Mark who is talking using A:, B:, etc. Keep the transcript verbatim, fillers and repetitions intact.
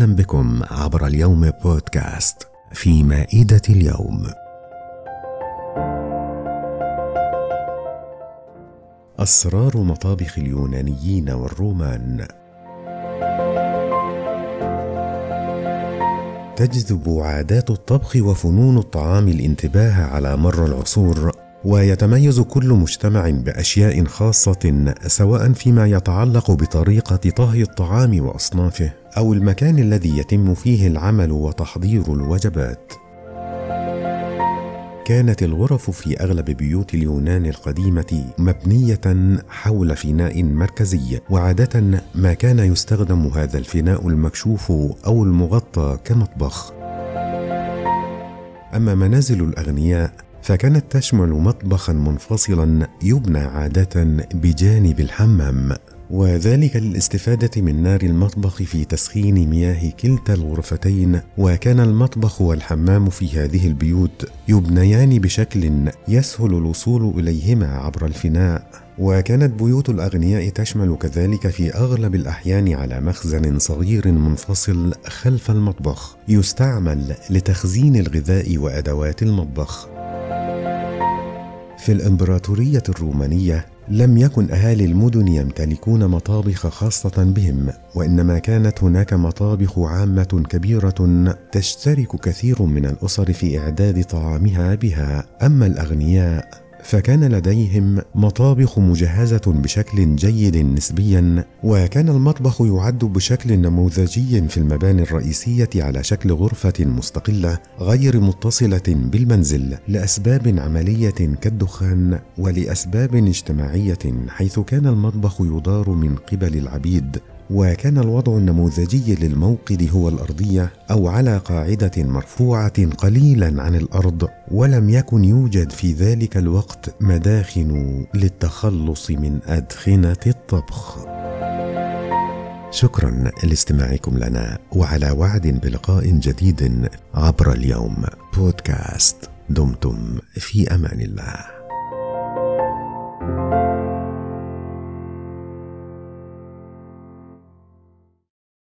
A: وسهلا بكم عبر اليوم بودكاست في مائدة اليوم. أسرار مطابخ اليونانيين والرومان. تجذب عادات الطبخ وفنون الطعام الانتباه على مر العصور، ويتميز كل مجتمع بأشياء خاصة سواء فيما يتعلق بطريقة طهي الطعام وأصنافه أو المكان الذي يتم فيه العمل وتحضير الوجبات. كانت الغرف في أغلب بيوت اليونان القديمة مبنية حول فناء مركزي، وعادة ما كان يستخدم هذا الفناء المكشوف أو المغطى كمطبخ. أما منازل الأغنياء فكانت تشمل مطبخا منفصلا يبنى عادة بجانب الحمام، وذلك للاستفادة من نار المطبخ في تسخين مياه كلتا الغرفتين. وكان المطبخ والحمام في هذه البيوت يبنيان بشكل يسهل الوصول إليهما عبر الفناء. وكانت بيوت الأغنياء تشمل كذلك في أغلب الأحيان على مخزن صغير منفصل خلف المطبخ يستعمل لتخزين الغذاء وأدوات المطبخ. في الإمبراطورية الرومانية لم يكن أهالي المدن يمتلكون مطابخ خاصة بهم، وإنما كانت هناك مطابخ عامة كبيرة تشترك كثير من الأسر في إعداد طعامها بها. أما الأغنياء فكان لديهم مطابخ مجهزة بشكل جيد نسبيا، وكان المطبخ يعد بشكل نموذجي في المباني الرئيسية على شكل غرفة مستقلة غير متصلة بالمنزل لأسباب عملية كالدخان، ولأسباب اجتماعية حيث كان المطبخ يدار من قبل العبيد. وكان الوضع النموذجي للموقد هو الأرضية أو على قاعدة مرفوعة قليلا عن الأرض، ولم يكن يوجد في ذلك الوقت مداخن للتخلص من أدخنة الطبخ. شكرا لاستماعكم لنا، وعلى وعد بلقاء جديد عبر اليوم بودكاست. دمتم في أمان الله.